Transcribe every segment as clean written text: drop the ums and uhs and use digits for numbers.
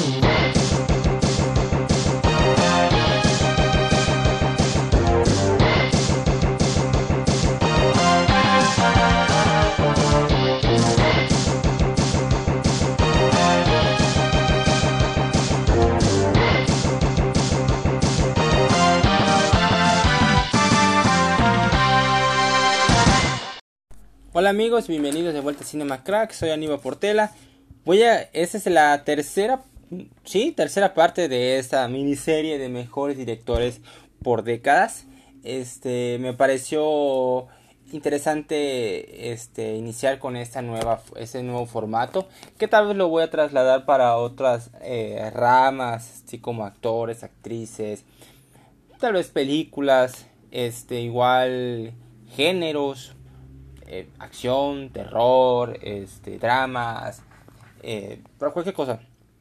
Hola amigos, bienvenidos de vuelta a Cinema Crack, soy Aníbal Portela. Esta es la tercera parte de esta miniserie de mejores directores por décadas. Me pareció interesante iniciar con este nuevo formato, que tal vez lo voy a trasladar para otras ramas, así como actores, actrices, tal vez películas, igual géneros. Acción, terror, dramas, para cualquier cosa.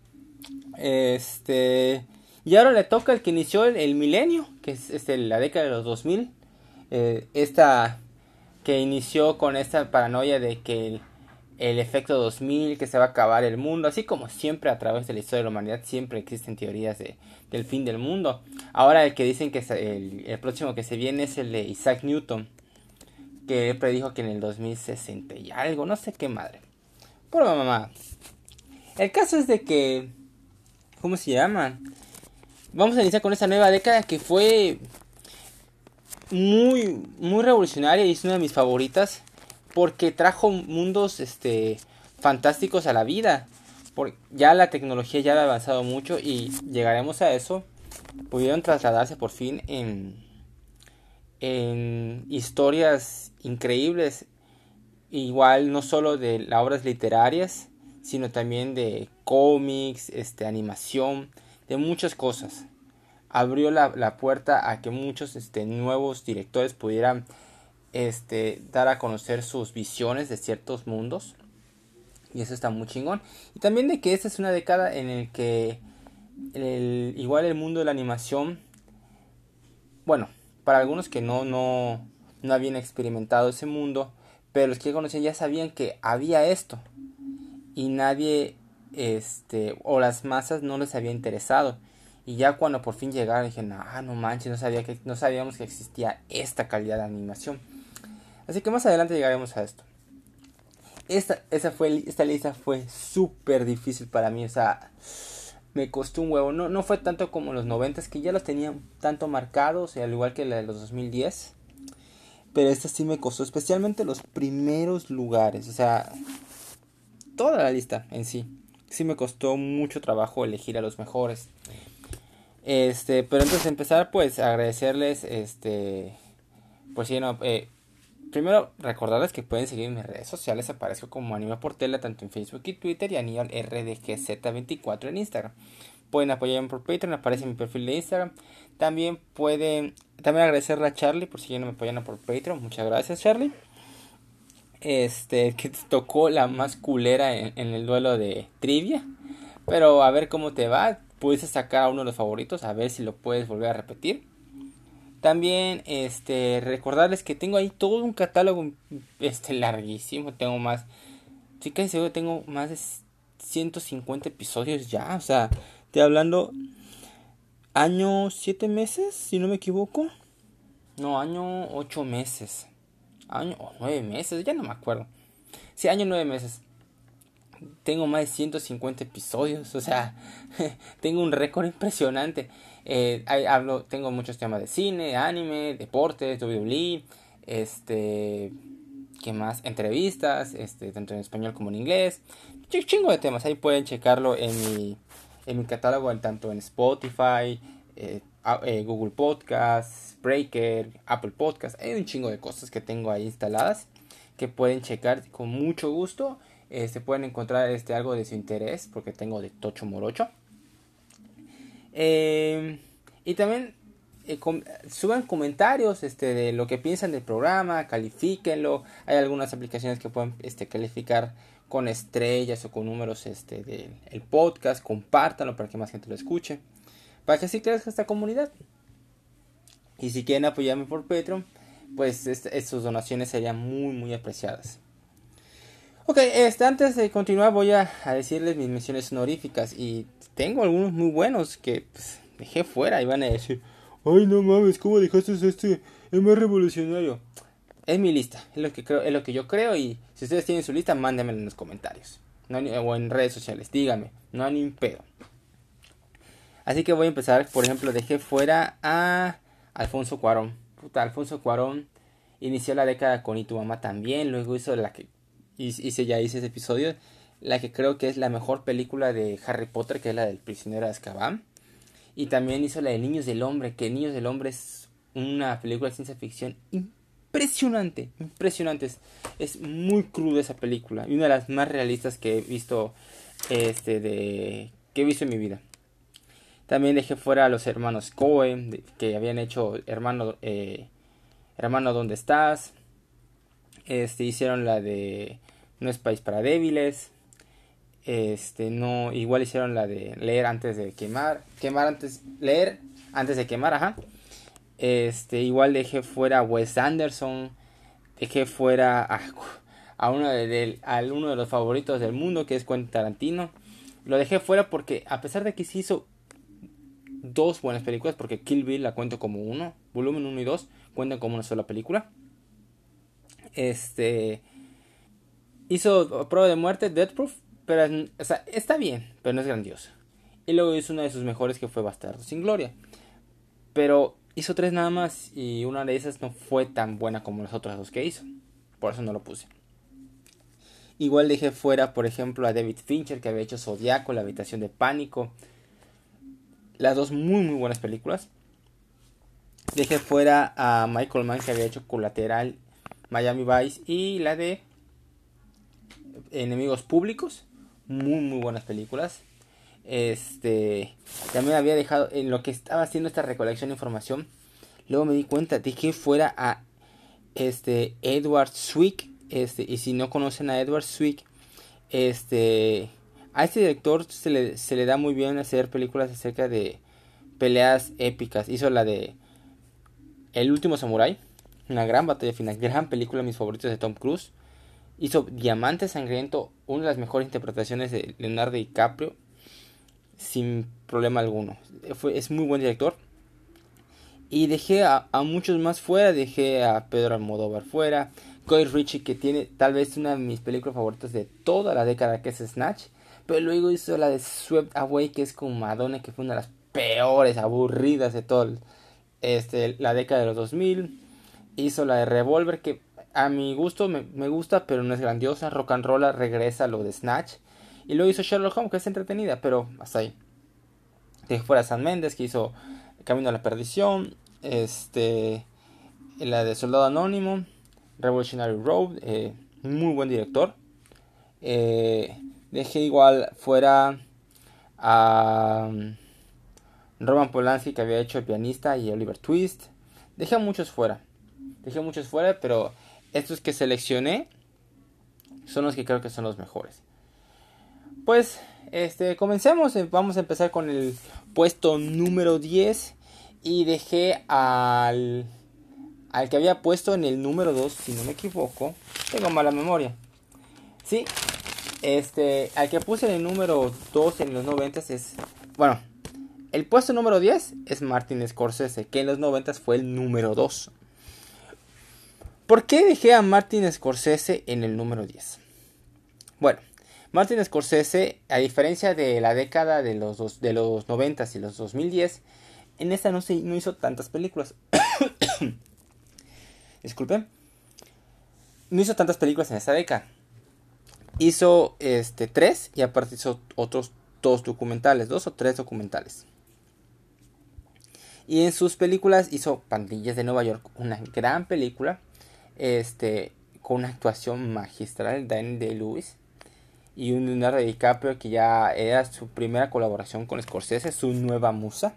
Y ahora le toca el que inició el milenio, que es la década de los 2000. Esta que inició con esta paranoia de que el efecto 2000, que se va a acabar el mundo, así como siempre a través de la historia de la humanidad siempre existen teorías del fin del mundo. Ahora el que dicen que el próximo que se viene es el de Isaac Newton, que predijo que en el 2060 y algo, no sé qué madre. Pero mamá, el caso es de que, ¿cómo se llama? Vamos a iniciar con esta nueva década que fue muy revolucionaria y es una de mis favoritas porque trajo mundos fantásticos a la vida. Ya la tecnología ya ha avanzado mucho y llegaremos a eso. Pudieron trasladarse por fin en historias increíbles, igual no solo de las obras literarias, sino también de cómics, animación, de muchas cosas. Abrió la puerta a que muchos nuevos directores pudieran dar a conocer sus visiones de ciertos mundos, y eso está muy chingón. Y también de que esta es una década en el que igual el mundo de la animación, bueno, para algunos que no habían experimentado ese mundo, pero los que conocían ya sabían que había esto y nadie o las masas no les había interesado. Y ya cuando por fin llegaron dije, no manches, no sabíamos que existía esta calidad de animación. Así que más adelante llegaremos a esto. Esta lista fue súper difícil para mí, o sea, me costó un huevo. No fue tanto como los 90s, que ya los tenían tanto marcados, al igual que la de los 2010. Pero esta sí me costó, especialmente los primeros lugares. O sea, toda la lista en sí. Sí me costó mucho trabajo elegir a los mejores. Pero antes de empezar, pues agradecerles, pues sí, no, primero recordarles que pueden seguir en mis redes sociales. Aparezco como Aníbal Portela tanto en Facebook y Twitter, y Aníbal RDGZ24 en Instagram. Pueden apoyarme por Patreon, aparece en mi perfil de Instagram. También agradecerle a Charlie por si no me apoyan por Patreon. Muchas gracias, Charlie. Que tocó la más culera en el duelo de trivia. Pero a ver cómo te va. Pudiste sacar a uno de los favoritos, a ver si lo puedes volver a repetir. También recordarles que tengo ahí todo un catálogo larguísimo. Tengo más, sí, casi seguro tengo más de 150 episodios ya. O sea, estoy hablando año 7 meses, si no me equivoco. No, año 8 meses. Año 9 meses, ya no me acuerdo. Sí, año 9 meses. Tengo más de 150 episodios, o sea, tengo un récord impresionante. Tengo muchos temas de cine, anime, deportes, WWE, ¿qué más? Entrevistas, tanto en español como en inglés. Chingo de temas, ahí pueden checarlo en mi catálogo, tanto en Spotify, Google Podcasts, Breaker, Apple Podcasts. Hay un chingo de cosas que tengo ahí instaladas que pueden checar con mucho gusto. Pueden encontrar algo de su interés, porque tengo de tocho morocho. Y también suban comentarios de lo que piensan del programa, califíquenlo. Hay algunas aplicaciones que pueden calificar con estrellas o con números del podcast. Compártanlo para que más gente lo escuche, para que así crezca esta comunidad. Y si quieren apoyarme por Patreon, pues sus donaciones serían muy muy apreciadas. Ok, antes de continuar voy a decirles mis menciones honoríficas y tengo algunos muy buenos que pues, dejé fuera y van a decir, ay no mames, ¿cómo dejaste el más revolucionario? Es mi lista, es lo que creo, es lo que yo creo y si ustedes tienen su lista, mándenmela en los comentarios o en redes sociales, díganme, no hay ni un pedo. Así que voy a empezar, por ejemplo, dejé fuera a Alfonso Cuarón. Puta, Alfonso Cuarón inició la década con Y tu mamá también, luego hizo la que hice ese episodio, la que creo que es la mejor película de Harry Potter, que es la del prisionero de Azkaban. Y también hizo la de Niños del Hombre, que Niños del Hombre es una película de ciencia ficción impresionante, impresionante. Es muy cruda esa película y una de las más realistas que he visto, que he visto en mi vida. También dejé fuera a los hermanos Coen, que habían hecho Hermano, ¿dónde estás? Hicieron la de No es país para débiles. No, igual hicieron la de leer antes de quemar, leer antes de quemar, ajá. Igual dejé fuera a Wes Anderson, dejé fuera a uno de los favoritos del mundo, que es Quentin Tarantino. Lo dejé fuera porque a pesar de que se hizo dos buenas películas, porque Kill Bill la cuento como uno, volumen 1 y 2 cuentan como una sola película. Hizo Prueba de Muerte, Death Proof, pero o sea, está bien, pero no es grandiosa. Y luego hizo una de sus mejores, que fue Bastardo sin Gloria, pero hizo tres nada más y una de esas no fue tan buena como las otras dos que hizo, por eso no lo puse. Igual dejé fuera, por ejemplo, a David Fincher, que había hecho Zodiaco, La habitación de pánico, las dos muy muy buenas películas. Dejé fuera a Michael Mann, que había hecho Colateral, Miami Vice y la de Enemigos Públicos, muy muy buenas películas. También había dejado, en lo que estaba haciendo esta recolección de información, luego me di cuenta, dejé fuera a Edward Zwick. Y si no conocen a Edward Zwick, a este director se le da muy bien hacer películas acerca de peleas épicas. Hizo la de El último Samurai, una gran batalla final, gran película, mis favoritos de Tom Cruise. Hizo Diamante Sangriento, una de las mejores interpretaciones de Leonardo DiCaprio, sin problema alguno. Es muy buen director. Y dejé a muchos más fuera. Dejé a Pedro Almodóvar fuera. Guy Ritchie, que tiene tal vez una de mis películas favoritas de toda la década, que es Snatch. Pero luego hizo la de Swept Away, que es con Madonna, que fue una de las peores, aburridas de toda la década de los 2000. Hizo la de Revolver, que a mi gusto me gusta, pero no es grandiosa. Rock and Roll regresa a lo de Snatch. Y luego hizo Sherlock Holmes, que es entretenida, pero hasta ahí. Dejé fuera Sam Mendes, que hizo Camino a la Perdición. La de Soldado Anónimo, Revolutionary Road, muy buen director. Dejé igual fuera a Roman Polanski, que había hecho El pianista y Oliver Twist. Dejé muchos fuera, pero estos que seleccioné son los que creo que son los mejores. Pues, comencemos. Vamos a empezar con el puesto número 10. Y dejé al que había puesto en el número 2, si no me equivoco. Tengo mala memoria. Sí, al que puse en el número 2 en los 90 es... Bueno, el puesto número 10 es Martin Scorsese, que en los 90 fue el número 2. ¿Por qué dejé a Martin Scorsese en el número 10? Bueno, Martin Scorsese, a diferencia de la década de los 90 y los 2010, en esta no hizo tantas películas. Disculpen. No hizo tantas películas en esta década. Hizo 3 y aparte hizo otros 2 o 3 documentales. Y en sus películas hizo Pandillas de Nueva York, una gran película, con una actuación magistral de Daniel Day-Lewis y un Leonardo DiCaprio, que ya era su primera colaboración con Scorsese, su nueva musa.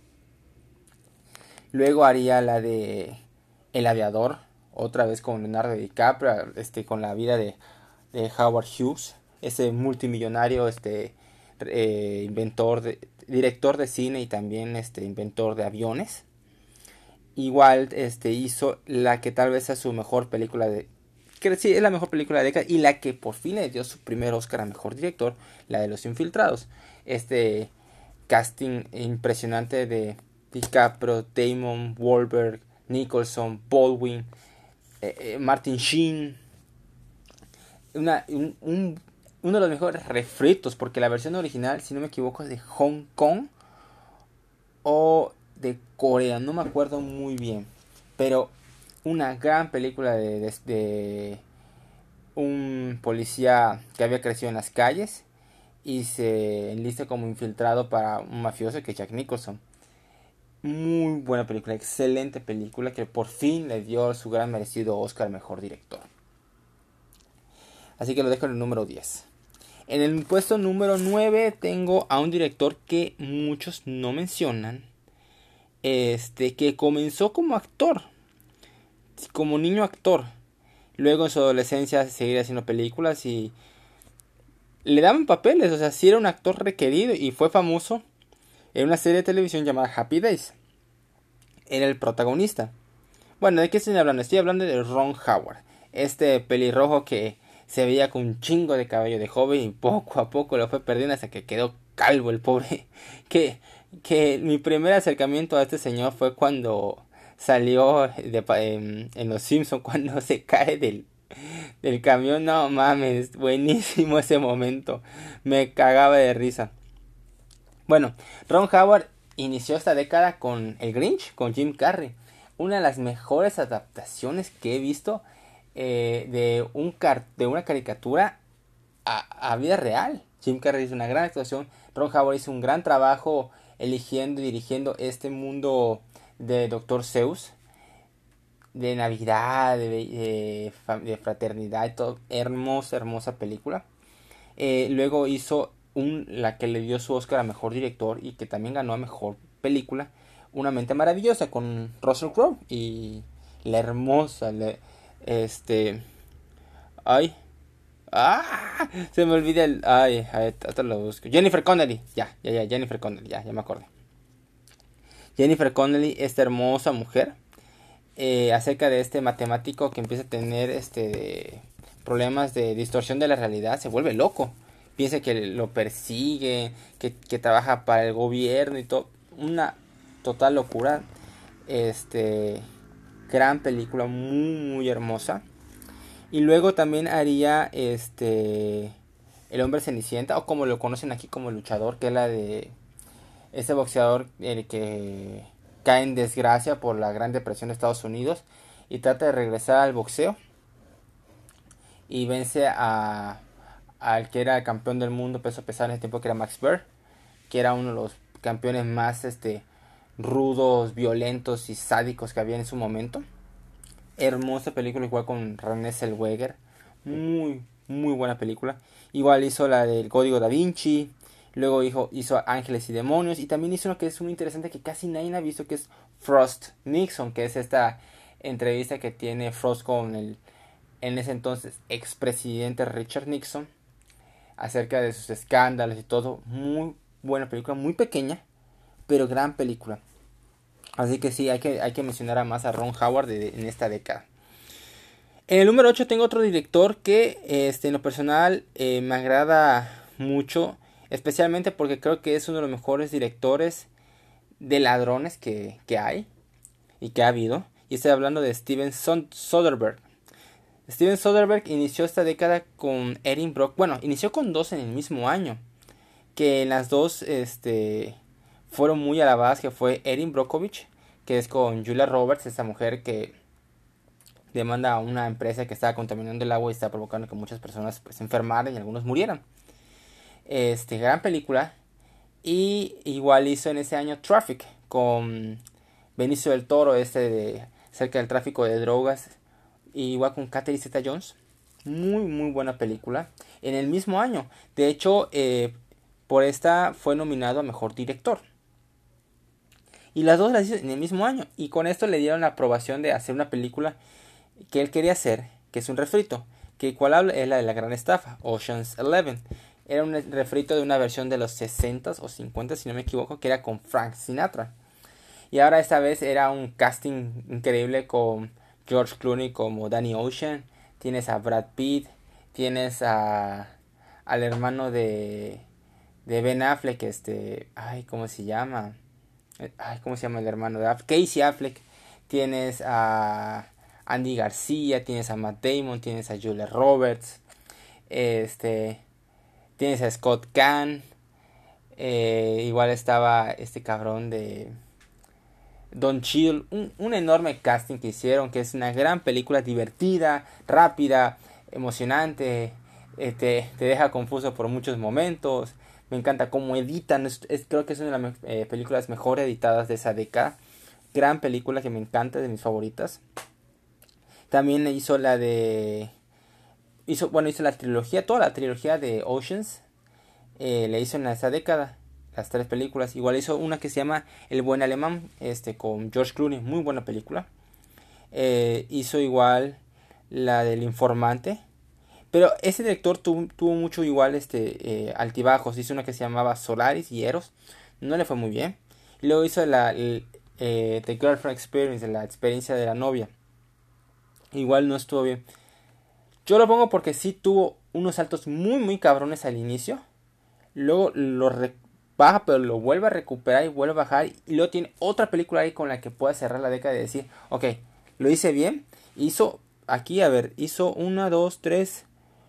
Luego haría la de El Aviador, otra vez con Leonardo DiCaprio, con la vida de Howard Hughes, ese multimillonario, director de cine y también inventor de aviones. Igual hizo la que tal vez sea su mejor película que sí, es la mejor película de la década y la que por fin le dio su primer Oscar a mejor director, la de Los Infiltrados. Este casting impresionante de DiCaprio, Damon, Wahlberg, Nicholson, Baldwin, Martin Sheen. Uno de los mejores refritos, porque la versión original, si no me equivoco, es de Hong Kong o de Corea, no me acuerdo muy bien, pero una gran película de un policía que había crecido en las calles y se enlista como infiltrado para un mafioso que es Jack Nicholson. Muy buena película, excelente película que por fin le dio su gran merecido Oscar a mejor director. Así que lo dejo en el número 10. En el puesto número 9 tengo a un director que muchos no mencionan. Que comenzó como actor, como niño actor. Luego en su adolescencia seguía haciendo películas y le daban papeles. O sea, sí era un actor requerido y fue famoso en una serie de televisión llamada Happy Days. Era el protagonista. Bueno, ¿de qué estoy hablando? Estoy hablando de Ron Howard. Este pelirrojo que se veía con un chingo de cabello de joven y poco a poco lo fue perdiendo hasta que quedó calvo el pobre. Que mi primer acercamiento a este señor fue cuando salió en Los Simpsons, cuando se cae del camión. No mames, buenísimo ese momento. Me cagaba de risa. Bueno, Ron Howard inició esta década con El Grinch, con Jim Carrey. Una de las mejores adaptaciones que he visto de una caricatura a vida real. Jim Carrey hizo una gran actuación. Ron Howard hizo un gran trabajo eligiendo y dirigiendo este mundo de Dr. Seuss. De Navidad, de fraternidad y todo. Hermosa, hermosa película. Luego hizo la que le dio su Oscar a mejor director y que también ganó a mejor película, Una mente maravillosa, con Russell Crowe y la hermosa ay, se me olvida hasta lo busco. Jennifer Connelly, Jennifer Connelly, ya me acordé. Jennifer Connelly, esta hermosa mujer, acerca de este matemático que empieza a tener problemas de distorsión de la realidad, se vuelve loco. Piensa que lo persigue, que trabaja para el gobierno y todo. Una total locura. Gran película, muy, muy hermosa. Y luego también haría El hombre cenicienta, o como lo conocen aquí como luchador, que es la de este boxeador que cae en desgracia por la Gran Depresión de Estados Unidos y trata de regresar al boxeo y vence al que era el campeón del mundo peso pesado en ese tiempo, que era Max Baer, que era uno de los campeones más rudos, violentos y sádicos que había en su momento. Hermosa película, igual con René Zellweger, muy muy buena película. Igual hizo la del Código Da Vinci, luego hizo Ángeles y Demonios, y también hizo una que es muy interesante que casi nadie ha visto, que es Frost Nixon, que es esta entrevista que tiene Frost con en ese entonces expresidente Richard Nixon acerca de sus escándalos y todo. Muy buena película, muy pequeña, pero gran película. Así que sí, hay que mencionar a más a Ron Howard en esta década. En el número 8 tengo otro director que en lo personal me agrada mucho, especialmente porque creo que es uno de los mejores directores de ladrones que hay y que ha habido. Y estoy hablando de Steven Soderbergh. Steven Soderbergh inició esta década con Erin Brock. Bueno, inició con dos en el mismo año, que en las dos fueron muy alabadas, que fue Erin Brockovich, que es con Julia Roberts, esta mujer que demanda a una empresa que estaba contaminando el agua y estaba provocando que muchas personas pues se enfermaran y algunos murieran. Gran película. Y igual hizo en ese año Traffic con Benicio del Toro, acerca del tráfico de drogas, y igual con Catherine Zeta-Jones. Muy muy buena película en el mismo año. De hecho, por esta fue nominado a mejor director. Y las dos las hizo en el mismo año. Y con esto le dieron la aprobación de hacer una película que él quería hacer, que es un refrito. Que cual habla es la de la gran estafa, Ocean's 11. Era un refrito de una versión de los 60s o 50s, si no me equivoco, que era con Frank Sinatra. Y ahora esta vez era un casting increíble con George Clooney como Danny Ocean, tienes a Brad Pitt, tienes al hermano de Ben Affleck, ay, ¿cómo se llama? Ay, ¿cómo se llama el hermano de Affleck? Casey Affleck, tienes a Andy García, tienes a Matt Damon, tienes a Julia Roberts, tienes a Scott Caan, igual estaba este cabrón de Don Cheadle, un enorme casting que hicieron, que es una gran película divertida, rápida, emocionante, te deja confuso por muchos momentos. Me encanta cómo editan, creo que es una de las películas mejor editadas de esa década. Gran película que me encanta, de mis favoritas. También hizo la de... hizo la trilogía, toda la trilogía de Oceans. Le hizo en esa década las 3 películas. Igual hizo una que se llama El Buen Alemán, con George Clooney, muy buena película. Hizo igual la del Informante. Pero ese director tuvo mucho igual altibajos. Hizo una que se llamaba Solaris y Eros. No le fue muy bien. Y luego hizo The Girlfriend Experience, la experiencia de la novia. Igual no estuvo bien. Yo lo pongo porque sí tuvo unos saltos muy muy cabrones al inicio. Luego baja, pero lo vuelve a recuperar y vuelve a bajar. Y luego tiene otra película ahí con la que pueda cerrar la década y decir, ok, lo hice bien. Hizo, aquí, a ver, hizo 1, 2, 3,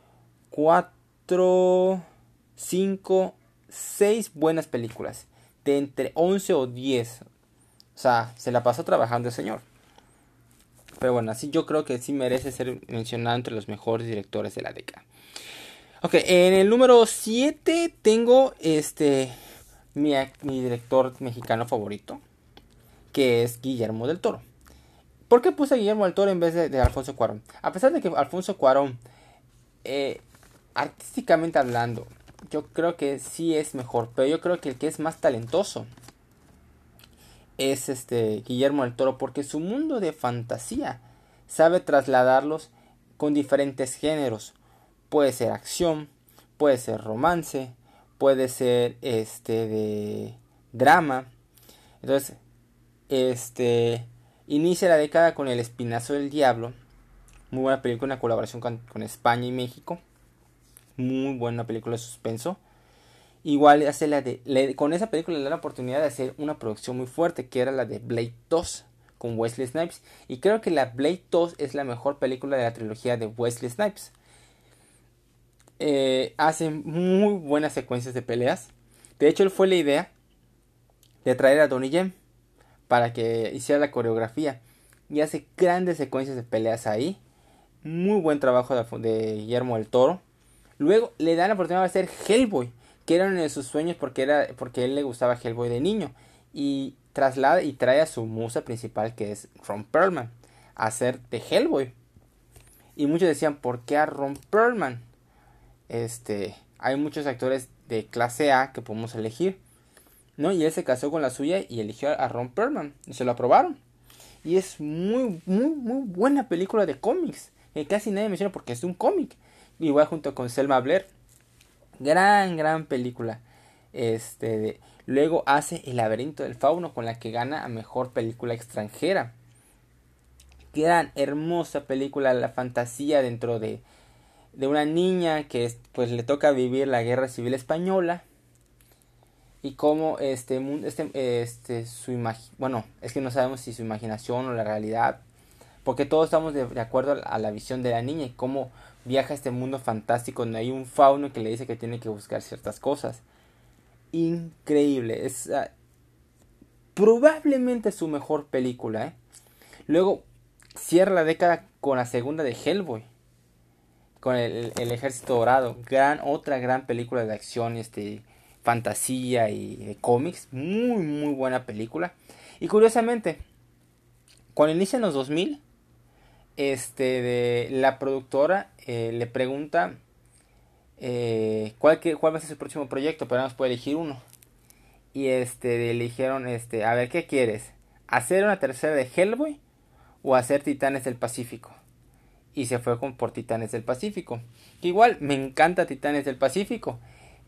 4, 5, 6 buenas películas. De entre 11 o 10. O sea, se la pasó trabajando el señor. Pero bueno, así yo creo que sí merece ser mencionado entre los mejores directores de la década. Ok, en el número 7 tengo mi director mexicano favorito, que es Guillermo del Toro. ¿Por qué puse a Guillermo del Toro en vez de Alfonso Cuarón? A pesar de que Alfonso Cuarón, artísticamente hablando, yo creo que sí es mejor, pero yo creo que el que es más talentoso es Guillermo del Toro, porque su mundo de fantasía sabe trasladarlos con diferentes géneros. Puede ser acción, puede ser romance, puede ser de drama. Entonces, inicia la década con El Espinazo del Diablo, muy buena película, una colaboración con España y México, muy buena película de suspenso. Igual hace con esa película le da la oportunidad de hacer una producción muy fuerte, que era la de Blade 2 con Wesley Snipes. Y creo que la Blade 2 es la mejor película de la trilogía de Wesley Snipes. Hace muy buenas secuencias de peleas. De hecho, él fue la idea de traer a Donnie Yen para que hiciera la coreografía. Y hace grandes secuencias de peleas ahí. Muy buen trabajo de Guillermo del Toro. Luego le dan la oportunidad de hacer Hellboy, que era uno de sus sueños porque a él le gustaba Hellboy de niño. Y traslada y trae a su musa principal, que es Ron Perlman, a hacer de Hellboy. Y muchos decían, ¿por qué a Ron Perlman? Hay muchos actores de clase A que podemos elegir, ¿no? Y él se casó con la suya y eligió a Ron Perlman y se lo aprobaron. Y es muy, muy, muy buena película de cómics, que casi nadie menciona porque es un cómic. Igual junto con Selma Blair. Gran película. Luego hace El Laberinto del Fauno, con la que gana a mejor película extranjera. Gran, hermosa película, la fantasía dentro de una niña que pues le toca vivir la Guerra Civil Española. Y cómo bueno, es que no sabemos si su imaginación o la realidad, porque todos estamos de acuerdo a la visión de la niña y cómo viaja a este mundo fantástico donde hay un fauno que le dice que tiene que buscar ciertas cosas. Increíble, es probablemente su mejor película. Luego cierra la década con la segunda de Hellboy, con el Ejército Dorado, otra gran película de acción, fantasía y de cómics, muy buena película. Y curiosamente, cuando inician los 2000, de la productora le pregunta cuál va a ser su próximo proyecto, pero no puede elegir uno. Y le dijeron, a ver, ¿qué quieres? ¿Hacer una tercera de Hellboy o hacer Titanes del Pacífico? Y se fue por Titanes del Pacífico. Que igual me encanta Titanes del Pacífico.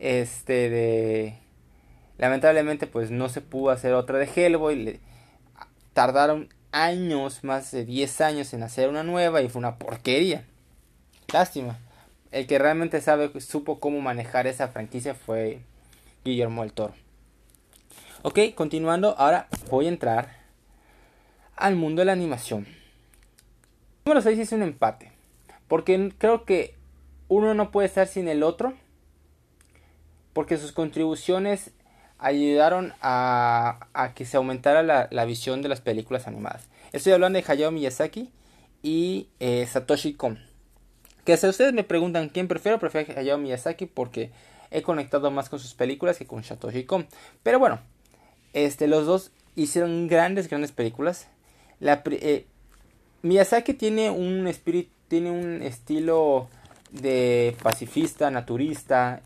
Lamentablemente pues no se pudo hacer otra de Hellboy. Tardaron años, más de 10 años en hacer una nueva y fue una porquería. Lástima. El que realmente supo cómo manejar esa franquicia fue Guillermo del Toro. Ok, continuando, ahora voy a entrar al mundo de la animación. El número 6 es un empate, porque creo que uno no puede estar sin el otro, porque sus contribuciones ayudaron a que se aumentara la visión de las películas animadas. Estoy hablando de Hayao Miyazaki y Satoshi Kon. Que si ustedes me preguntan quién prefiero Hayao Miyazaki porque he conectado más con sus películas que con Satoshi Kon. Pero bueno, los dos hicieron grandes películas. Miyazaki tiene un espíritu, tiene un estilo de pacifista, naturista,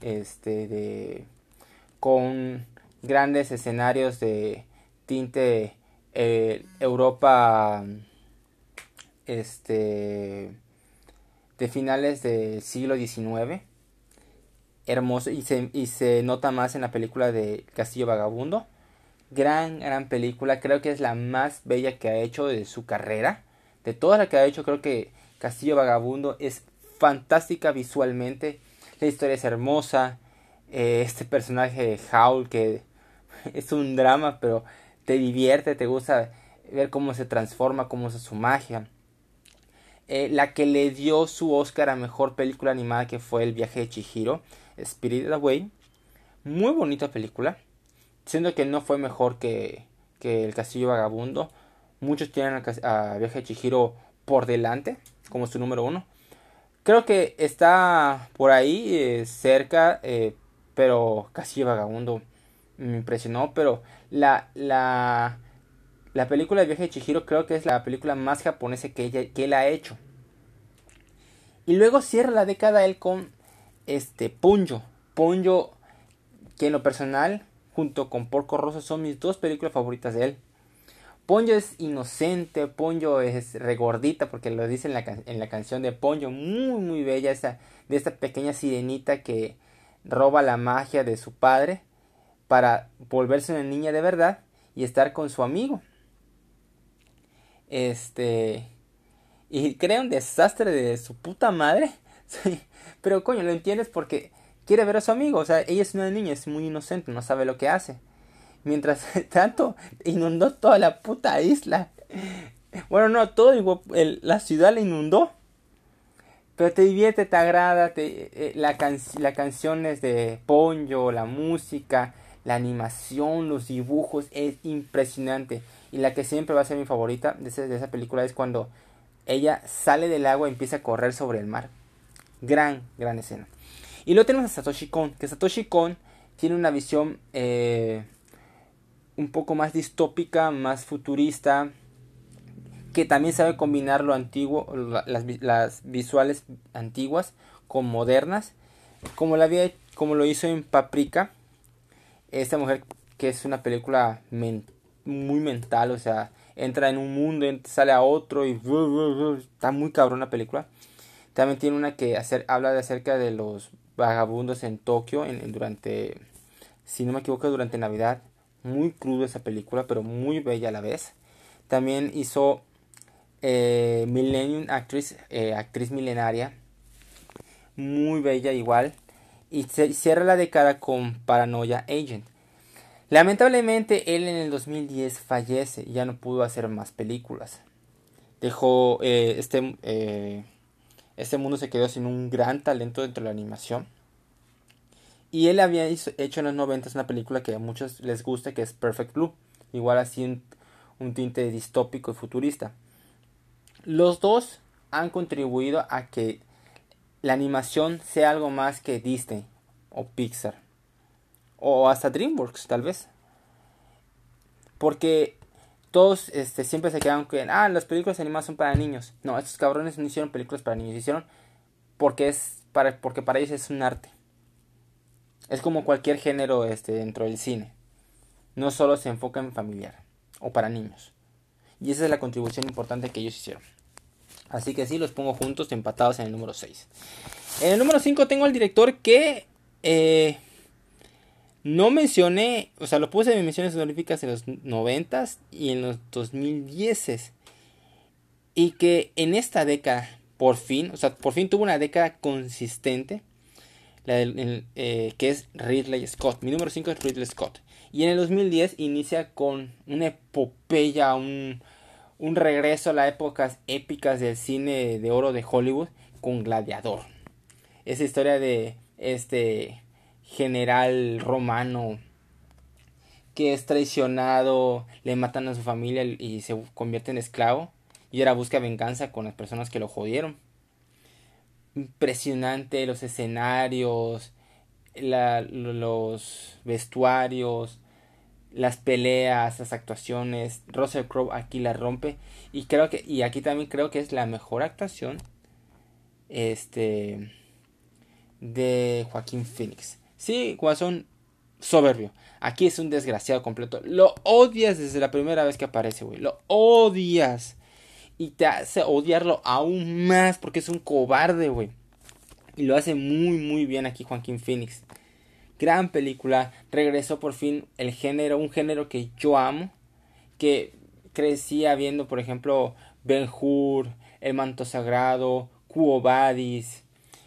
con grandes escenarios de tinte Europa, de finales del siglo XIX. Hermoso, y se nota más en la película de Castillo Vagabundo. Gran película, creo que es la más bella que ha hecho de su carrera. De todas las que ha hecho, creo que Castillo Vagabundo es fantástica visualmente. La historia es hermosa. Este personaje de Howl, que es un drama, pero te divierte, te gusta ver cómo se transforma, cómo es su magia. La que le dio su Oscar a mejor película animada, que fue El viaje de Chihiro, Spirited Away. Muy bonita película. Siendo que no fue mejor que El Castillo Vagabundo. Muchos tienen a Viaje de Chihiro por delante, como su número uno. Creo que está por ahí, cerca, pero Castillo Vagabundo me impresionó. Pero la película de Viaje de Chihiro creo que es la película más japonesa que él ha hecho. Y luego cierra la década él con Ponyo. Ponyo, que en lo personal, junto con Porco Rosso, son mis dos películas favoritas de él. Ponyo es inocente, Ponyo es regordita, porque lo dice en la canción de Ponyo, muy bella, de esta pequeña sirenita que roba la magia de su padre para volverse una niña de verdad y estar con su amigo. Y crea un desastre de su puta madre. Sí, pero coño, lo entiendes porque quiere ver a su amigo. O sea, ella es una niña, es muy inocente, no sabe lo que hace. Mientras tanto, inundó toda la puta isla. Bueno, no, la ciudad la inundó. Pero te divierte, te agrada. La canción es de Ponyo, la música, la animación, los dibujos, es impresionante. Y la que siempre va a ser mi favorita de esa película es cuando ella sale del agua y empieza a correr sobre el mar. Gran escena. Y luego tenemos a Satoshi Kon, que Satoshi Kon tiene una visión un poco más distópica, más futurista, que también sabe combinar lo antiguo, las visuales antiguas con modernas, como lo hizo en Paprika. Esta mujer, que es una película muy mental, o sea, entra en un mundo, sale a otro y está muy cabrón la película. También tiene una que habla acerca de los vagabundos en Tokio durante, si no me equivoco, durante Navidad. Muy crudo esa película, pero muy bella a la vez. También hizo Millennium Actress, actriz milenaria, muy bella igual. Y cierra la década con Paranoia Agent. Lamentablemente él en el 2010 fallece y ya no pudo hacer más películas. Dejó este mundo, se quedó sin un gran talento dentro de la animación. Y él había hecho en los 90 una película que a muchos les gusta, que es Perfect Blue. Igual así un tinte distópico y futurista. Los dos han contribuido a que la animación sea algo más que Disney o Pixar. O hasta DreamWorks, tal vez. Porque todos siempre se quedan con las películas animadas son para niños. No, estos cabrones no hicieron películas para niños. Hicieron porque para ellos es un arte. Es como cualquier género dentro del cine. No solo se enfoca en familiar o para niños. Y esa es la contribución importante que ellos hicieron. Así que sí, los pongo juntos, empatados en el número 6. En el número 5 tengo al director que no mencioné, o sea, lo puse en menciones honoríficas en los 90s y en los 2010s. Y que en esta década, por fin, o sea, por fin tuvo una década consistente, que es Ridley Scott. Mi número 5 es Ridley Scott. Y en el 2010 inicia con una epopeya, un regreso a las épocas épicas del cine de oro de Hollywood con Gladiador. Esa historia de este general romano que es traicionado, le matan a su familia y se convierte en esclavo y ahora busca venganza con las personas que lo jodieron. Impresionante los escenarios, los vestuarios, las peleas, las actuaciones. Russell Crowe aquí la rompe y aquí también creo que es la mejor actuación de Joaquín Phoenix. Sí, Guasón soberbio. Aquí es un desgraciado completo. Lo odias desde la primera vez que aparece, güey. Lo odias. Y te hace odiarlo aún más porque es un cobarde, güey. Y lo hace muy, muy bien aquí Joaquín Phoenix. Gran película. Regresó por fin el género. Un género que yo amo. Que crecía viendo, por ejemplo, Ben-Hur, El Manto Sagrado, Quo Vadis.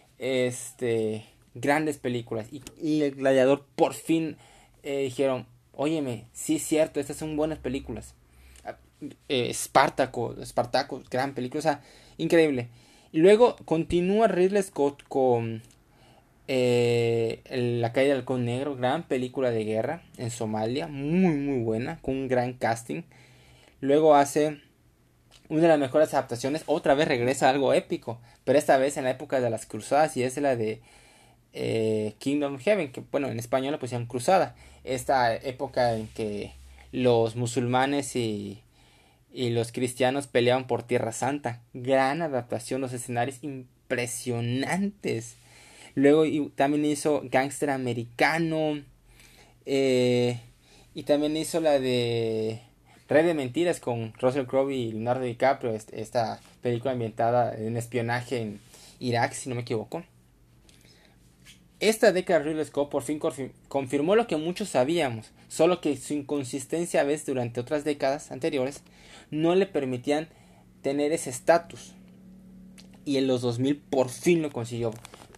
Grandes películas. Y El Gladiador por fin dijeron, óyeme, sí es cierto, estas son buenas películas. Espartaco, gran película, o sea, increíble. Y luego continúa Ridley Scott con La caída del halcón negro, gran película de guerra en Somalia, muy muy buena, con un gran casting. Luego hace una de las mejores adaptaciones, otra vez regresa a algo épico, pero esta vez en la época de las cruzadas y es la de Kingdom of Heaven, que bueno, en español la pusieron Cruzada. Esta época en que los musulmanes y los cristianos peleaban por Tierra Santa. Gran adaptación, los escenarios impresionantes. Luego también hizo Gangster Americano. Y también hizo la de Red de Mentiras con Russell Crowe y Leonardo DiCaprio. Esta película ambientada en espionaje en Irak, si no me equivoco. Esta década de Ridley Scott por fin confirmó lo que muchos sabíamos, solo que su inconsistencia a veces durante otras décadas anteriores no le permitían tener ese estatus. Y en los 2000 por fin lo consiguió.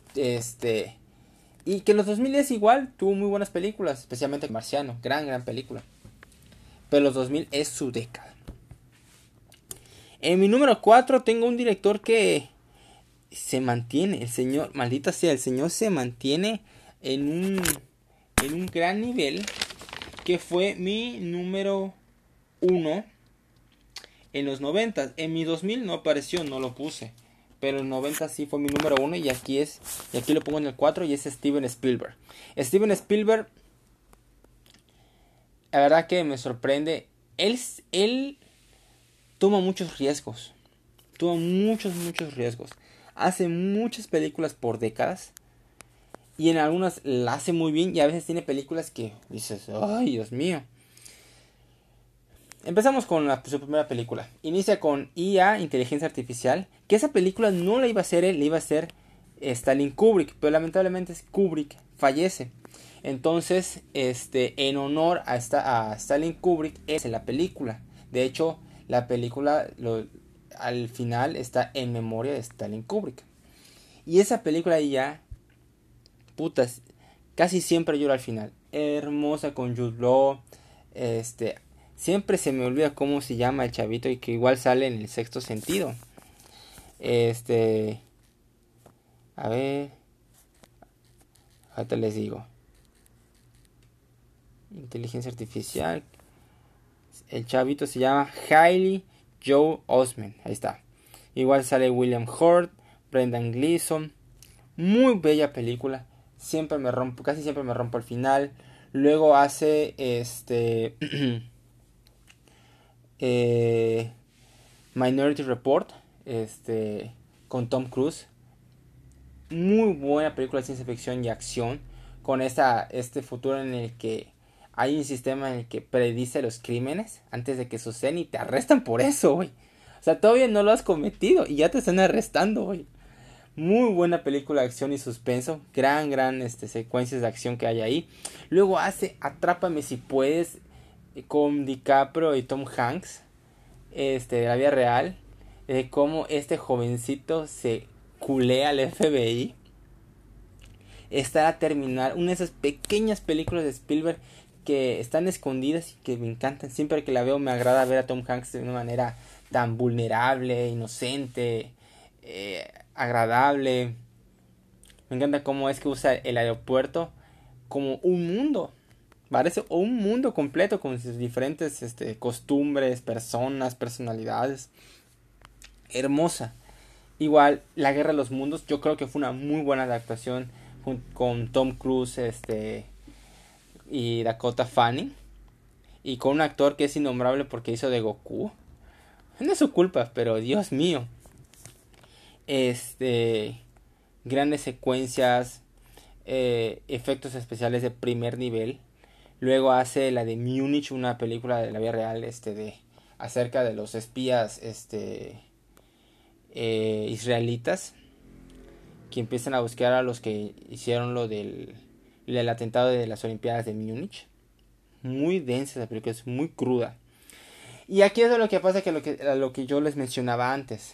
Y que en los 2010 igual tuvo muy buenas películas, especialmente Marciano, gran película. Pero los 2000 es su década. En mi número 4 tengo un director que se mantiene, el señor, maldita sea, el señor se mantiene en un gran nivel, que fue mi número 1 en los 90. En mi 2000 no apareció, no lo puse, pero en 90 sí fue mi número 1 y aquí lo pongo en el 4 y es Steven Spielberg. Steven Spielberg, la verdad que me sorprende. Él toma muchos riesgos, muchos riesgos. Hace muchas películas por décadas y en algunas la hace muy bien y a veces tiene películas que dices, ay Dios mío. Empezamos con su primera película. Inicia con IA, Inteligencia Artificial, que esa película no la iba a hacer él, la iba a hacer Stanley Kubrick, pero lamentablemente Kubrick fallece. Entonces, en honor a Stanley Kubrick es la película. De hecho, la película al final está en memoria de Stanley Kubrick. Y esa película ya, putas, casi siempre lloro al final. Hermosa con Jude Law. Siempre se me olvida cómo se llama el chavito y que igual sale en El Sexto Sentido. A ver, ahorita les digo. Inteligencia Artificial. El chavito se llama Hailey Joel Osment. Ahí está. Igual sale William Hurt, Brendan Gleeson. Muy bella película. Casi siempre me rompo al final. Luego hace Minority Report. Con Tom Cruise. Muy buena película de ciencia ficción y acción. Con este futuro en el que hay un sistema en el que predice los crímenes antes de que suceden y te arrestan por eso, güey. O sea, todavía no lo has cometido y ya te están arrestando, güey. Muy buena película de acción y suspenso. Gran secuencias de acción que hay ahí. Luego hace Atrápame si puedes con DiCaprio y Tom Hanks. De la vida real. de cómo este jovencito se culea al FBI. Está a terminar una de esas pequeñas películas de Spielberg que están escondidas y que me encantan. Siempre que la veo me agrada ver a Tom Hanks de una manera tan vulnerable, inocente, agradable. Me encanta cómo es que usa el aeropuerto como un mundo. Parece un mundo completo con sus diferentes costumbres, personas, personalidades. Hermosa. Igual, La Guerra de los Mundos, yo creo que fue una muy buena adaptación con Tom Cruise y Dakota Fanning. Y con un actor que es innombrable porque hizo de Goku. No es su culpa, pero Dios mío. Grandes secuencias, efectos especiales de primer nivel. Luego hace la de Múnich, una película de la vida real, acerca de los espías, israelitas, que empiezan a buscar a los que hicieron lo del atentado de las Olimpiadas de Múnich. Muy densa esa película, es muy cruda. Y aquí es lo que pasa, que lo que yo les mencionaba antes.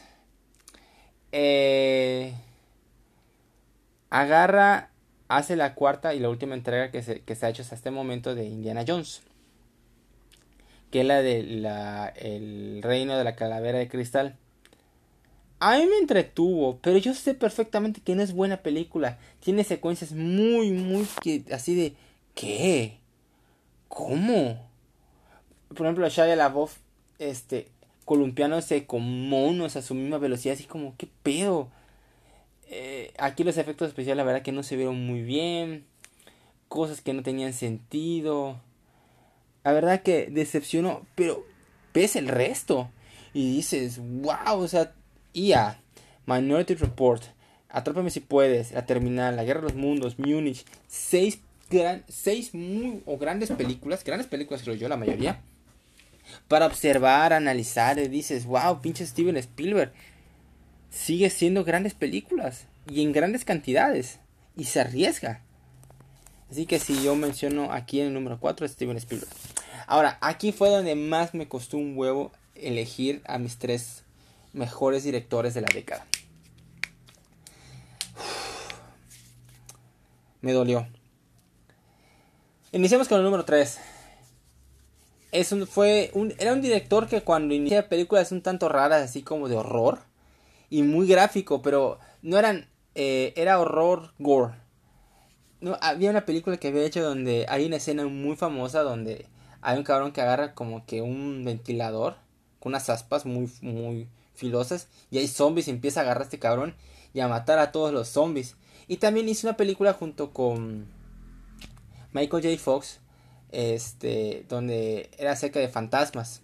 Hace la cuarta y la última entrega que se ha hecho hasta este momento de Indiana Jones, que es la de el reino de la calavera de cristal. A mí me entretuvo, pero yo sé perfectamente que no es buena película. Tiene secuencias muy así de ¿qué? ¿Cómo? Por ejemplo, Shia LaBeouf columpiándose con monos a su misma velocidad, así como ¿qué pedo? Aquí los efectos especiales la verdad que no se vieron muy bien, cosas que no tenían sentido. La verdad que decepcionó, pero ves el resto y dices, wow, o sea, IA, Minority Report, Atrápame si puedes, La Terminal, La Guerra de los Mundos, Múnich, seis grandes películas creo yo, la mayoría, para observar, analizar, y dices, wow, pinche Steven Spielberg, sigue siendo grandes películas y en grandes cantidades y se arriesga. Así que si yo menciono aquí en el número 4 Steven Spielberg. Ahora, aquí fue donde más me costó un huevo elegir a mis 3 mejores directores de la década. Me dolió. Iniciamos con el número 3. Era un director que cuando inicia películas un tanto raras, así como de horror y muy gráfico, pero no eran, era horror gore. No, había una película que había hecho donde hay una escena muy famosa donde hay un cabrón que agarra como que un ventilador con unas aspas muy filosas y hay zombies y empieza a agarrar a este cabrón y a matar a todos los zombies. Y también hizo una película junto con Michael J. Fox, donde era acerca de fantasmas.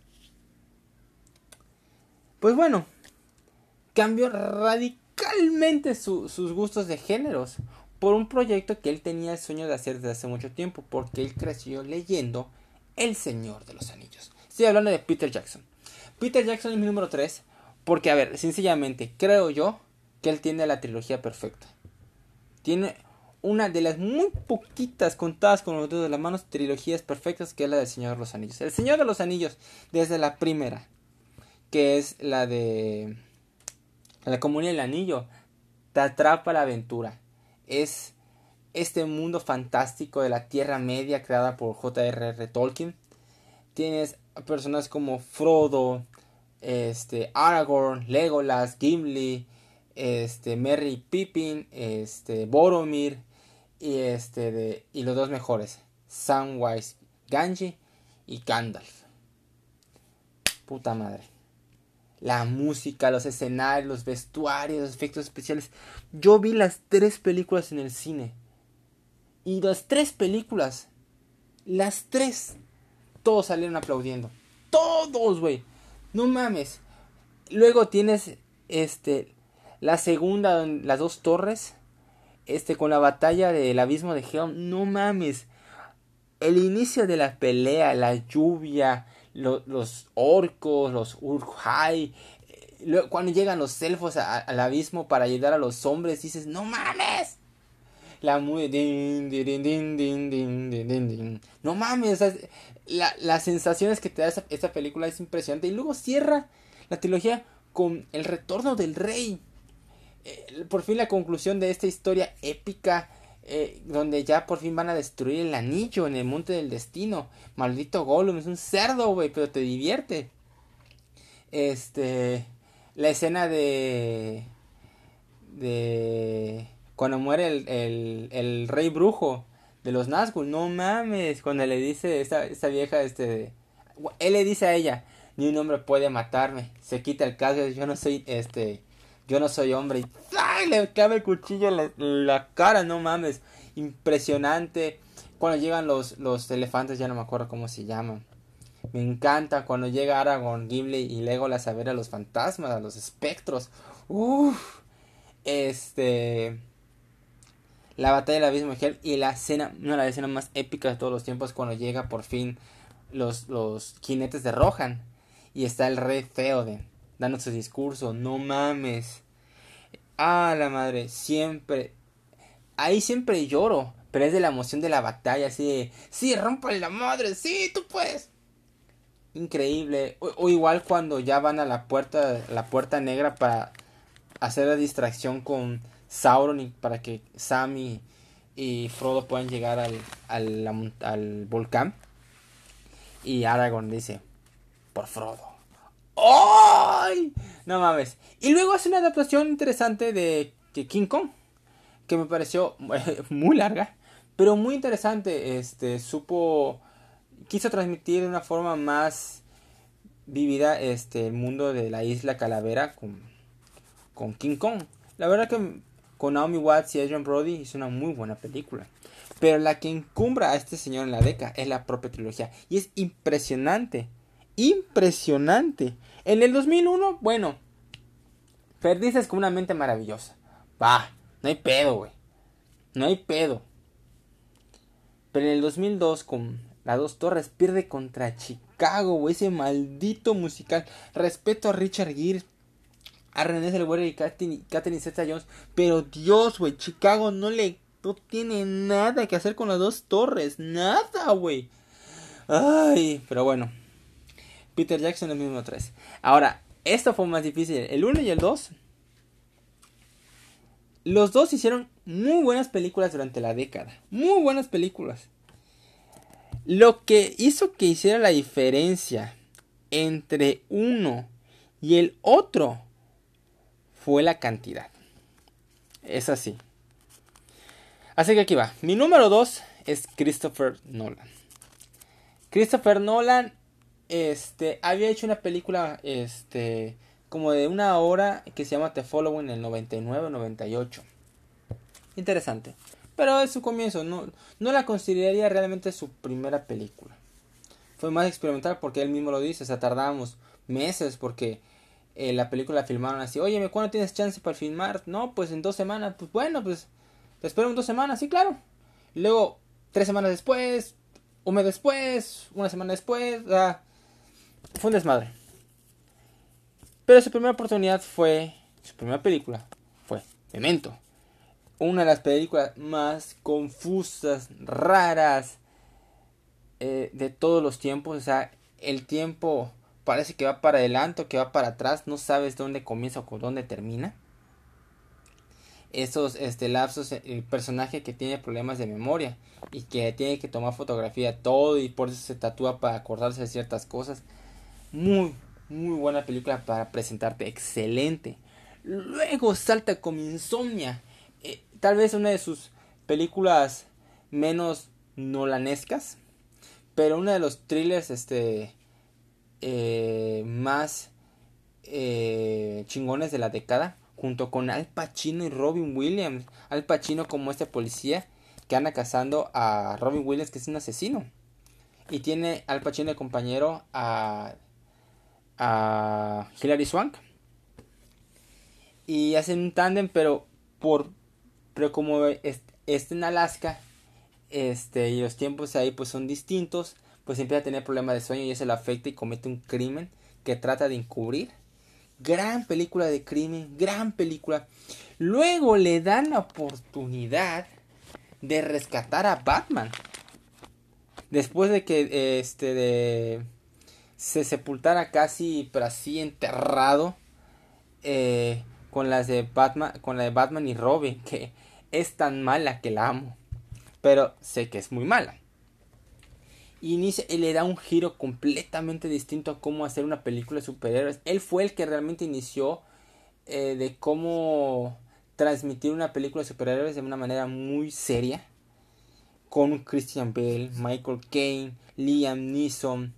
Pues bueno, cambió radicalmente sus gustos de géneros por un proyecto que él tenía el sueño de hacer desde hace mucho tiempo, porque él creció leyendo El Señor de los Anillos. Estoy hablando de Peter Jackson. Peter Jackson es mi número 3 porque, a ver, sencillamente creo yo que él tiene la trilogía perfecta. Tiene una de las muy poquitas, contadas con los dedos de las manos, trilogías perfectas, que es la del Señor de los Anillos. El Señor de los Anillos, desde la primera, que es la de La Comunidad del Anillo, te atrapa la aventura. Es este mundo fantástico de la Tierra Media creada por J.R.R. Tolkien. Tienes personas como Frodo, Aragorn, Legolas, Gimli, Merry, Pippin, Boromir y los dos mejores, Samwise Gamgee y Gandalf. Puta madre. La música, los escenarios, los vestuarios, los efectos especiales. Yo vi las 3 películas en el cine. Y las 3 películas, las 3, todos salieron aplaudiendo. Todos, güey. No mames. Luego tienes la segunda, las 2 torres, con la batalla del abismo de Helm. No mames. El inicio de la pelea, la lluvia, los orcos, los Uruk-hai, cuando llegan los elfos al abismo para ayudar a los hombres, dices, no mames. La muy no mames, o sea, las sensaciones que te da esta película es impresionante. Y luego cierra la trilogía con el retorno del rey. Por fin la conclusión de esta historia épica, donde ya por fin van a destruir el anillo en el monte del destino. Maldito Gollum, es un cerdo, güey, pero te divierte. La escena de cuando muere el rey brujo de los Nazgûl, no mames, cuando le dice esta vieja, él le dice a ella, ni un hombre puede matarme, se quita el casco, yo no soy hombre, y ¡ay! Le clava el cuchillo en la cara, no mames, impresionante. Cuando llegan los elefantes, ya no me acuerdo cómo se llaman. Me encanta cuando llega Aragorn, Gimli y Legolas a ver a los fantasmas, a los espectros. Uff. La batalla del abismo de Helm y la escena, una de las escenas más épicas de todos los tiempos, cuando llega por fin los jinetes de Rohan y está el rey Theoden dando su discurso. No mames. Ah, la madre, siempre. Ahí siempre lloro, pero es de la emoción de la batalla, así de, sí, rompan la madre, sí, tú puedes. Increíble. O igual cuando ya van a la puerta negra para hacer la distracción con Sauron y para que Sam y Frodo puedan llegar al volcán. Y Aragorn dice, por Frodo. ¡Ay! No mames. Y luego hace una adaptación interesante de King Kong, que me pareció muy larga, pero muy interesante. Quiso transmitir de una forma más vivida el mundo de la isla Calavera con King Kong. La verdad que con Naomi Watts y Adrian Brody hizo una muy buena película. Pero la que encumbra a este señor en la década es la propia trilogía. Y es impresionante. Impresionante. En el 2001, bueno, Perdices con una mente maravillosa. Va, no hay pedo, güey. No hay pedo. Pero en el 2002, con Las Dos Torres, pierde contra Chicago, güey. Ese maldito musical. Respeto a Richard Gere, a René Zellweger y Catherine Zeta-Jones. Pero Dios, güey, Chicago no tiene nada que hacer con Las Dos Torres. Nada, güey. Ay, pero bueno. Peter Jackson el mismo 3. Ahora, esto fue más difícil. El 1 y el 2. Los dos hicieron muy buenas películas durante la década. Muy buenas películas. Lo que hizo que hiciera la diferencia entre uno y el otro fue la cantidad. Es así. Así que aquí va. Mi número 2 es Christopher Nolan. Christopher Nolan había hecho una película como de una hora que se llama The Following en el 99-98. Interesante. Pero es su comienzo. No la consideraría realmente su primera película. Fue más experimental porque él mismo lo dice. O sea, tardamos meses porque la película la filmaron así. Oye, ¿cuándo tienes chance para filmar? No, pues en 2 semanas. Pues bueno, pues te espero en 2 semanas. Sí, claro. Y luego 3 semanas después, un mes después, una semana después. Fue un desmadre. Pero su primera película fue Memento. Una de las películas más confusas, raras de todos los tiempos. O sea, el tiempo parece que va para adelante o que va para atrás. No sabes dónde comienza o dónde termina. Esos lapsos, el personaje que tiene problemas de memoria y que tiene que tomar fotografía todo y por eso se tatúa para acordarse de ciertas cosas. Muy, muy buena película para presentarte. Excelente. Luego salta con Insomnia. Tal vez una de sus películas menos nolanescas, pero uno de los thrillers más chingones de la década, junto con Al Pacino y Robin Williams. Al Pacino como policía que anda cazando a Robin Williams, que es un asesino, y tiene Al Pacino de compañero a Hilary Swank, y hacen un tándem, pero como está en Alaska, y los tiempos ahí pues son distintos, pues empieza a tener problemas de sueño y eso le afecta y comete un crimen que trata de encubrir. Gran película de crimen, gran película. Luego le dan la oportunidad de rescatar a Batman. Después de que se sepultara casi, pero así enterrado con las de Batman, con la de Batman y Robin, que es tan mala que la amo, pero sé que es muy mala. Y inicia y le da un giro completamente distinto a cómo hacer una película de superhéroes. Él fue el que realmente inició de cómo transmitir una película de superhéroes de una manera muy seria, con Christian Bale, Michael Caine, Liam Neeson,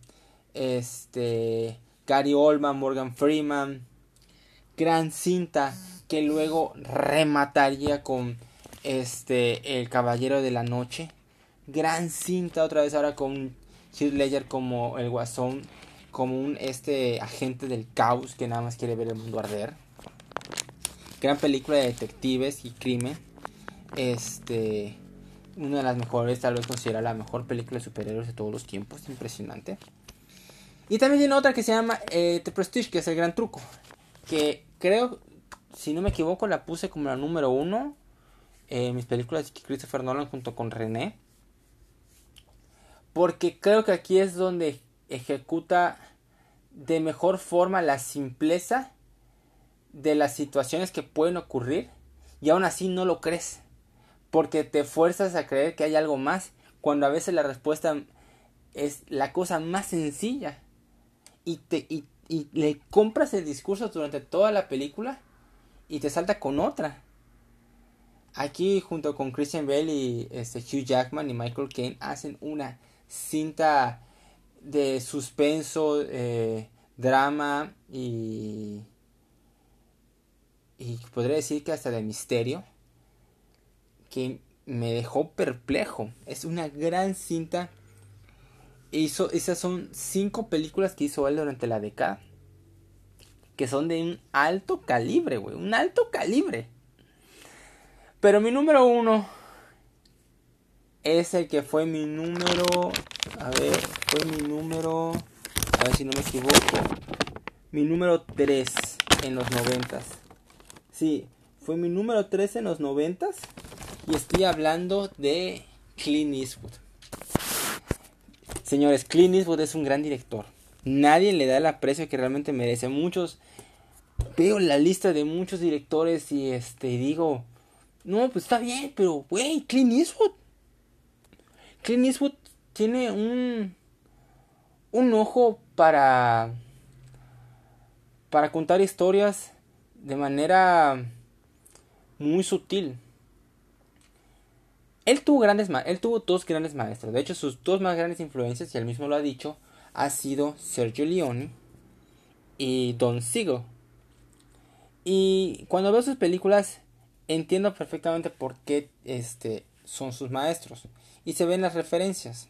Gary Oldman, Morgan Freeman. Gran cinta que luego remataría con El Caballero de la Noche. Gran cinta otra vez ahora con Heath Ledger como el Guasón, como un agente del caos que nada más quiere ver el mundo arder. Gran película de detectives y crimen. Una de las mejores, tal vez considerada la mejor película de superhéroes de todos los tiempos. Impresionante. Y también tiene otra que se llama The Prestige, que es el gran truco. Que creo, si no me equivoco, la puse como la número 1 en mis películas de Christopher Nolan junto con René. Porque creo que aquí es donde ejecuta de mejor forma la simpleza de las situaciones que pueden ocurrir. Y aún así no lo crees. Porque te fuerzas a creer que hay algo más. Cuando a veces la respuesta es la cosa más sencilla. Y le compras el discurso durante toda la película y te salta con otra. Aquí junto con Christian Bale y Hugh Jackman y Michael Caine hacen una cinta de suspenso, drama y podría decir que hasta de misterio, que me dejó perplejo. Es una gran cinta. Esas son 5 películas que hizo él durante la década, que son de un alto calibre, güey. Un alto calibre. Pero mi número 1 es el que fue mi número... A ver, fue mi número... A ver si no me equivoco. Mi número 3 en los 90s. Sí, fue mi número 3 en los 90s. Y estoy hablando de Clint Eastwood. Señores, Clint Eastwood es un gran director. Nadie le da el aprecio que realmente merece. Veo la lista de muchos directores y digo, no, pues está bien, pero güey, Clint Eastwood tiene un ojo para contar historias de manera muy sutil. Él tuvo 2 grandes maestros. De hecho, sus 2 más grandes influencias, y él mismo lo ha dicho, ha sido Sergio Leone y Don Siegel. Y cuando veo sus películas entiendo perfectamente por qué son sus maestros. Y se ven las referencias.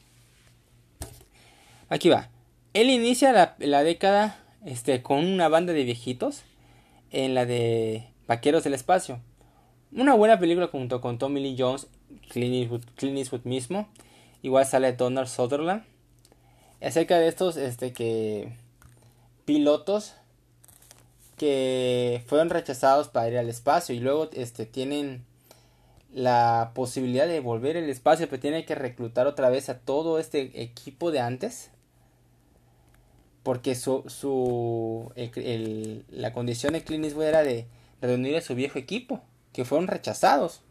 Aquí va. Él inicia la década con una banda de viejitos en la de Vaqueros del Espacio. Una buena película junto con Tommy Lee Jones, Clint Eastwood mismo. Igual sale Donald Sutherland. Acerca de estos pilotos que fueron rechazados para ir al espacio y luego tienen la posibilidad de volver al espacio, pero tienen que reclutar otra vez a todo este equipo de antes, porque la condición de Clint Eastwood era de reunir a su viejo equipo, que fueron rechazados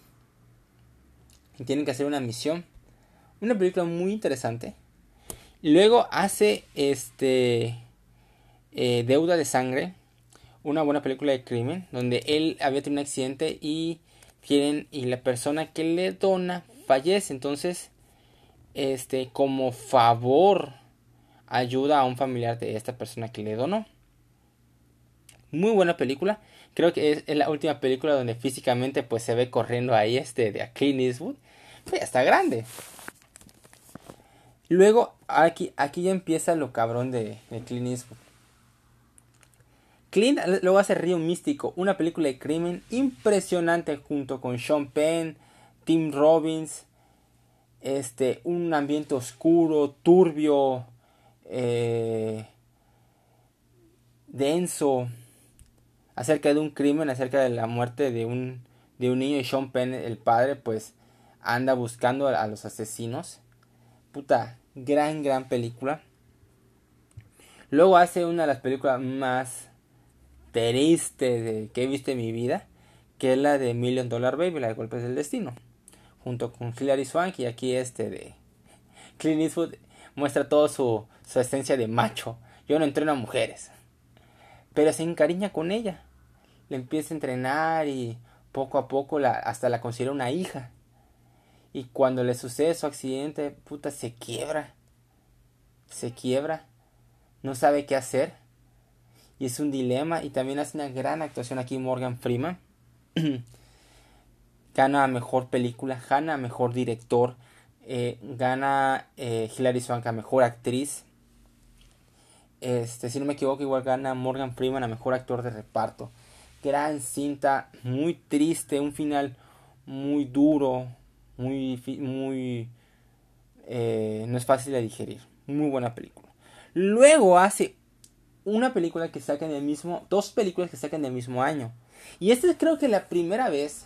y tienen que hacer una misión. Una película muy interesante. Y luego hace Deuda de Sangre, una buena película de crimen, donde él había tenido un accidente y la persona que le dona fallece. Entonces, como favor, ayuda a un familiar de esta persona que le donó. Muy buena película. Creo que es la última película donde físicamente pues se ve corriendo ahí de Clint Eastwood. Pues ya está grande. Luego aquí ya empieza lo cabrón de Clint Eastwood. Clint luego hace Río Místico, una película de crimen impresionante junto con Sean Penn, Tim Robbins, un ambiente oscuro, turbio, denso, acerca de un crimen, acerca de la muerte de un niño, y Sean Penn, el padre, pues anda buscando a los asesinos. Puta, gran película. Luego hace una de las películas más triste que he visto en mi vida, que es la de Million Dollar Baby, la de Golpes del Destino, junto con Hilary Swank. Y aquí de Clint Eastwood muestra toda su esencia de macho. Yo no entreno a mujeres, pero se encariña con ella, le empieza a entrenar y poco a poco hasta la considera una hija. Y cuando le sucede su accidente, puta, se quiebra, no sabe qué hacer. Y es un dilema. Y también hace una gran actuación aquí Morgan Freeman. Gana a mejor película, gana a mejor director, gana Hilary Swank a mejor actriz. Si no me equivoco, igual gana Morgan Freeman a mejor actor de reparto. Gran cinta, muy triste, un final muy duro, muy no es fácil de digerir. Muy buena película. Luego hace una película que sacan dos películas que sacan del mismo año. Y esta es, creo que la primera vez,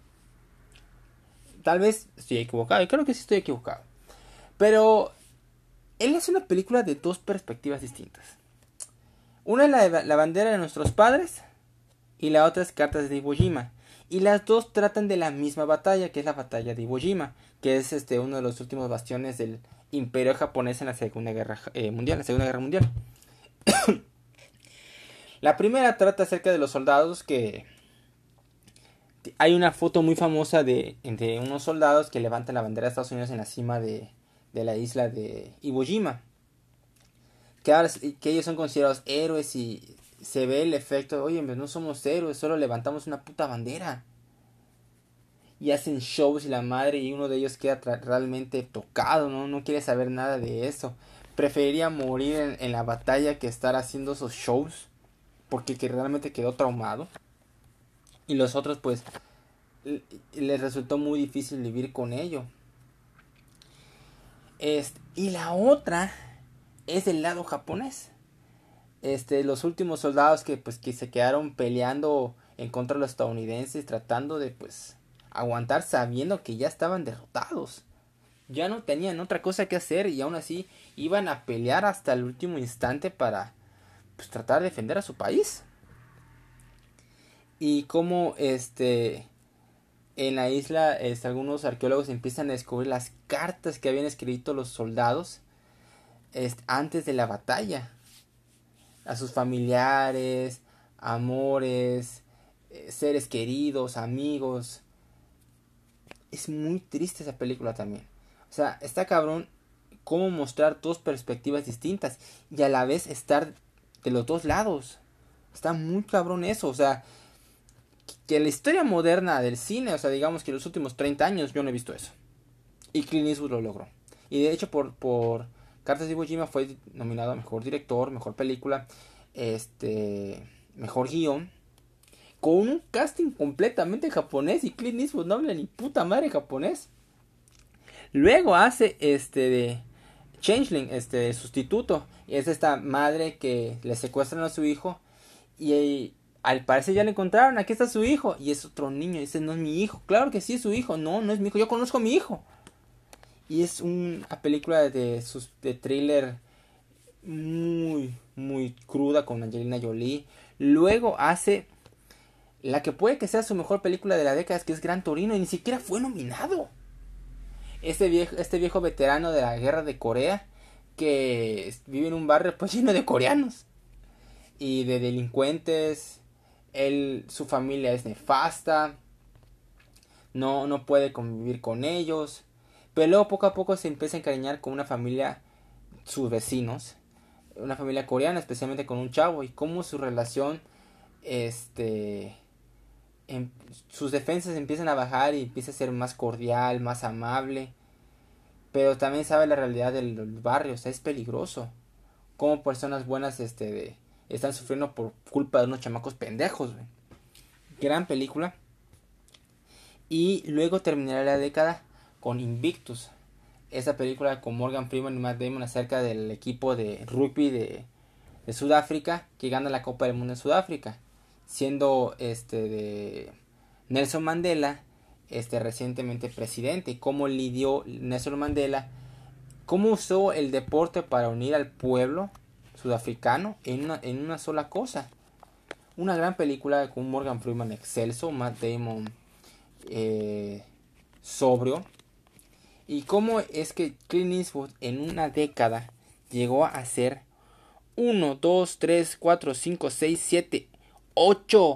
tal vez estoy equivocado, y creo que sí estoy equivocado, pero él hace una película de dos perspectivas distintas. Una es la bandera de nuestros padres y la otra es Cartas de Iwo Jima. Y las dos tratan de la misma batalla, que es la batalla de Iwo Jima, que es uno de los últimos bastiones del Imperio japonés en la Segunda Guerra Mundial. La primera trata acerca de los soldados que... Hay una foto muy famosa de unos soldados que levantan la bandera de Estados Unidos en la cima de la isla de Iwo Jima. Que ellos son considerados héroes y se ve el efecto, oye, no somos héroes, solo levantamos una puta bandera. Y hacen shows y la madre, y uno de ellos queda realmente tocado, no quiere saber nada de eso. Preferiría morir en la batalla que estar haciendo esos shows, porque que realmente quedó traumado. Y los otros pues les resultó muy difícil vivir con ello. Y la otra es del lado japonés. Los últimos soldados que se quedaron peleando en contra de los estadounidenses, tratando de aguantar sabiendo que ya estaban derrotados. Ya no tenían otra cosa que hacer y aún así iban a pelear hasta el último instante para tratar de defender a su país. Y como en la isla algunos arqueólogos empiezan a descubrir las cartas que habían escrito los soldados antes de la batalla a sus familiares, amores, seres queridos, amigos. Es muy triste esa película también. O sea, está cabrón cómo mostrar dos perspectivas distintas y a la vez estar de los dos lados. Está muy cabrón eso, o sea, que la historia moderna del cine, o sea, digamos que los últimos 30 años yo no he visto eso. Y Clint Eastwood lo logró. Y de hecho por Cartas de Iwo Jima fue nominado a mejor director, mejor película, mejor guión, con un casting completamente japonés y Clint Eastwood no habla ni puta madre japonés. Luego hace de Changeling, de sustituto, y es esta madre que le secuestran a su hijo y al parecer ya le encontraron, aquí está su hijo y es otro niño, y ese no es mi hijo. Claro que sí es su hijo, no es mi hijo, yo conozco a mi hijo. Y es una película de thriller muy, muy cruda con Angelina Jolie. Luego hace la que puede que sea su mejor película de la década, que es Gran Torino, y ni siquiera fue nominado. Este viejo veterano de la guerra de Corea, que vive en un barrio pues lleno de coreanos y de delincuentes. Su familia es nefasta, no puede convivir con ellos, pero luego poco a poco se empieza a encariñar con una familia, sus vecinos, una familia coreana, especialmente con un chavo, y cómo su relación, sus defensas empiezan a bajar y empieza a ser más cordial, más amable, pero también sabe la realidad del barrio, o sea, es peligroso, cómo personas buenas, están sufriendo por culpa de unos chamacos pendejos, güey. Gran película. Y luego terminará la década con Invictus, esa película con Morgan Freeman y Matt Damon acerca del equipo de rugby de Sudáfrica que gana la Copa del Mundo en Sudáfrica, siendo de Nelson Mandela recientemente presidente, y cómo lidió Nelson Mandela, cómo usó el deporte para unir al pueblo sudafricano en una sola cosa. Una gran película con Morgan Freeman excelso, Matt Damon sobrio. Y cómo es que Clint Eastwood en una década llegó a ser 1, 2, 3, 4, 5, 6, 7, 8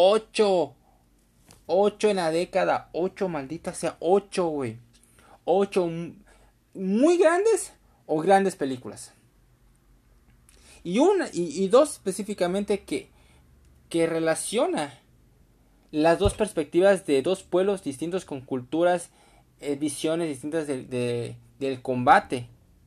8 en la década. 8, maldita sea, 8, güey. 8 muy grandes o grandes películas. Y dos específicamente que relaciona las dos perspectivas de dos pueblos distintos con culturas, visiones distintas del combate.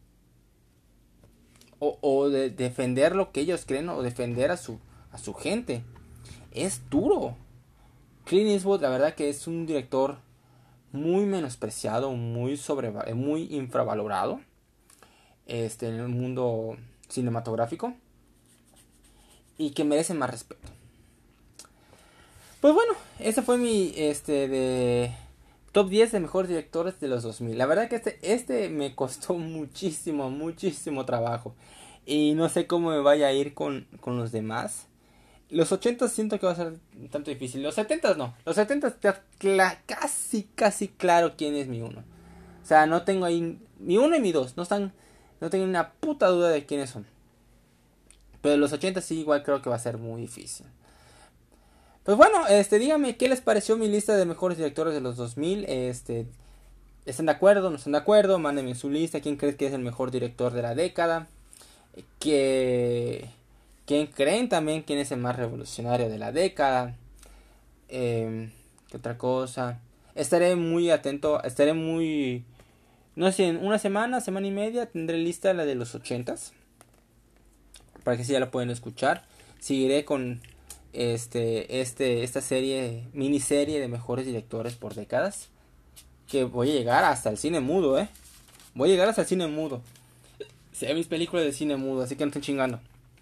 O de defender lo que ellos creen o defender a su gente. Es duro. Clint Eastwood, la verdad que es un director muy menospreciado, muy infravalorado en el mundo cinematográfico y que merece más respeto. Pues bueno, ese fue mi de top 10 de mejores directores de los 2000. La verdad que este me costó muchísimo trabajo y no sé cómo me vaya a ir con los demás. Los 80 siento que va a ser un tanto difícil. Los 70 no. Los 70 está casi claro quién es mi uno. O sea, no tengo ahí mi uno y mi dos. No tengo una puta duda de quiénes son. Pero los 80 sí igual creo que va a ser muy difícil. Pues bueno, díganme qué les pareció mi lista de mejores directores de los 2000. ¿Están de acuerdo? ¿No están de acuerdo? Mándenme su lista. ¿Quién cree que es el mejor director de la década? ¿Quién creen también quién es el más revolucionario de la década? ¿Qué otra cosa? Estaré muy atento. No sé, en una semana y media tendré lista la de los 80s. Para que si ya la pueden escuchar. Seguiré con esta miniserie de mejores directores por décadas. Que voy a llegar hasta el cine mudo, Voy a llegar hasta el cine mudo. Sé mis películas de cine mudo, así que no estén chingando.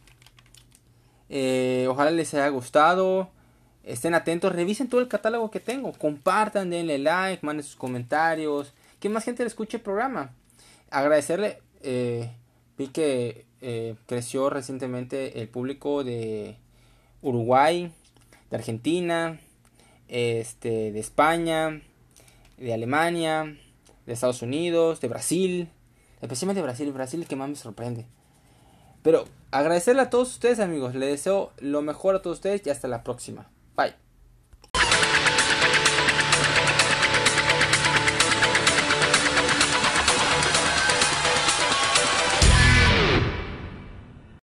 Ojalá les haya gustado. Estén atentos, revisen todo el catálogo que tengo. Compartan, denle like, manden sus comentarios. Que más gente le escuche el programa. Agradecerle. Vi que creció recientemente el público de Uruguay, de Argentina, de España, de Alemania, de Estados Unidos, de Brasil. Especialmente Brasil el que más me sorprende. Pero agradecerle a todos ustedes, amigos. Les deseo lo mejor a todos ustedes y hasta la próxima. Bye.